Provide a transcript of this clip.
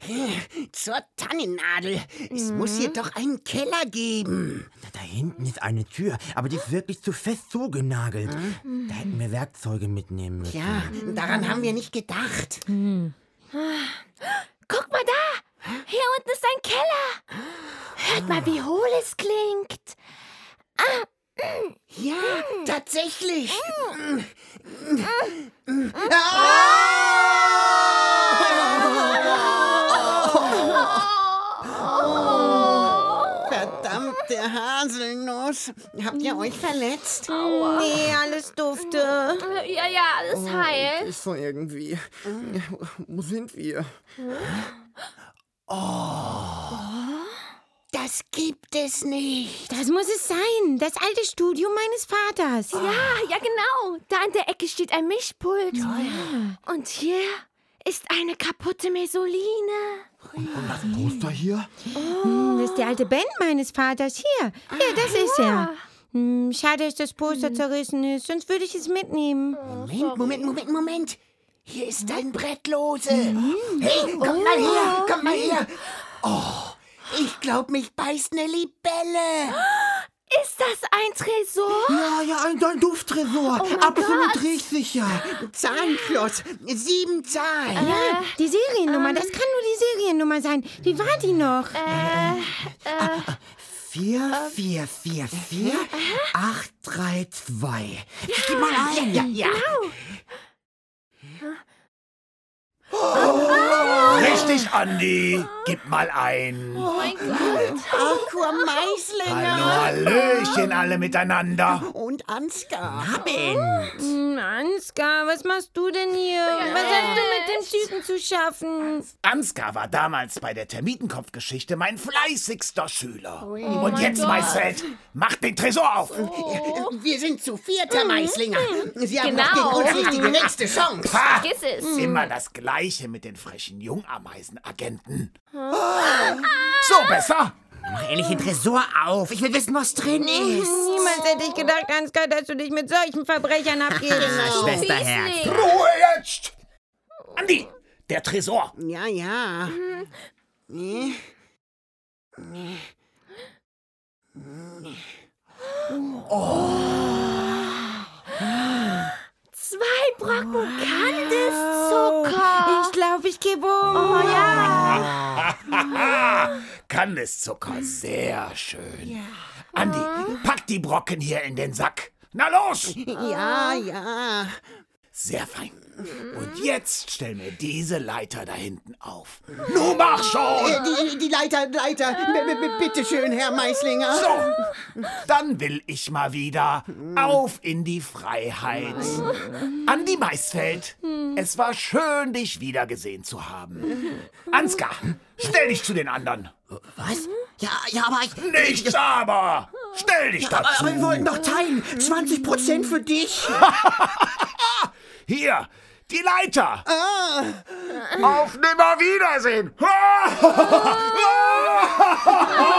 Zur Tannennadel. Es muss hier doch einen Keller geben. Da hinten ist eine Tür, aber die ist wirklich zu fest zugenagelt. Da hätten wir Werkzeuge mitnehmen müssen. Ja, daran haben wir nicht gedacht. Guck mal da! Hier unten ist ein Keller. Hört mal, wie hohl es klingt. Ja, tatsächlich. Verdammte Haselnuss. Habt ihr euch verletzt? Nee, alles dufte. Ja, alles heilt. Ist so irgendwie. Wo sind wir? Das gibt es nicht. Das muss es sein. Das alte Studio meines Vaters. Ja, genau. Da an der Ecke steht ein Mischpult. Und hier ist eine kaputte Mesoline. Und das Poster hier? Das ist die alte Band meines Vaters. Hier, das ist er. Schade, dass das Poster zerrissen ist, sonst würde ich es mitnehmen. Moment. Hier ist ein Brettlose. Hey, kommt mal her. Oh, ich glaube, mich beißt eine Libelle. Ist das ein Tresor? Ja, ein Dufttresor. Absolut richtig, sicher. Zahnfloss, 7 Zahlen. Ja, die Seriennummer, das kann nur die Seriennummer sein. Wie war die noch? 4, 4, 4, 4, 8, 3, 2. Gib mal ein. Ja. Richtig, Andi. Gib mal ein. Oh mein Gott. Aqua Maislinger Hallöchen alle miteinander. und Ansgar. Ansgar, was machst du denn hier? Was hast du mit dem Typen zu schaffen? Ansgar war damals bei der Termitenkopfgeschichte mein fleißigster Schüler. Und jetzt, Maisfeld, macht den Tresor auf. Wir sind zu viert, Herr Maislinger. Sie haben noch Genau. gegen uns nicht die nächste Chance. Ha! Vergiss es. Immer das Gleiche mit den frechen Jungameisenagenten. So besser? Mach endlich den Tresor auf. Ich will wissen, was drin ist. Niemals hätte ich gedacht, Ansgar, dass du dich mit solchen Verbrechern abgibst. Schwesterherz. Fiesling. Ruhe jetzt! Andi, der Tresor. Ja. 2 Brocken Kandiszucker. Ich glaube, ich gebe um. Oh ja. Kandiszucker, sehr schön. Andi, pack die Brocken hier in den Sack. Na los! Ja. Sehr fein. Und jetzt stell mir diese Leiter da hinten auf. Nun mach schon! Die Leiter. Bitte schön, Herr Maislinger. So, dann will ich mal wieder auf in die Freiheit. Andi Maisfeld, es war schön, dich wiedergesehen zu haben. Ansgar, stell dich zu den anderen. Was? Ja, aber ich... Nichts aber! Stell dich dazu! Aber wir wollten doch teilen. 20% für dich. Hier, die Leiter! Auf Nimmerwiedersehen!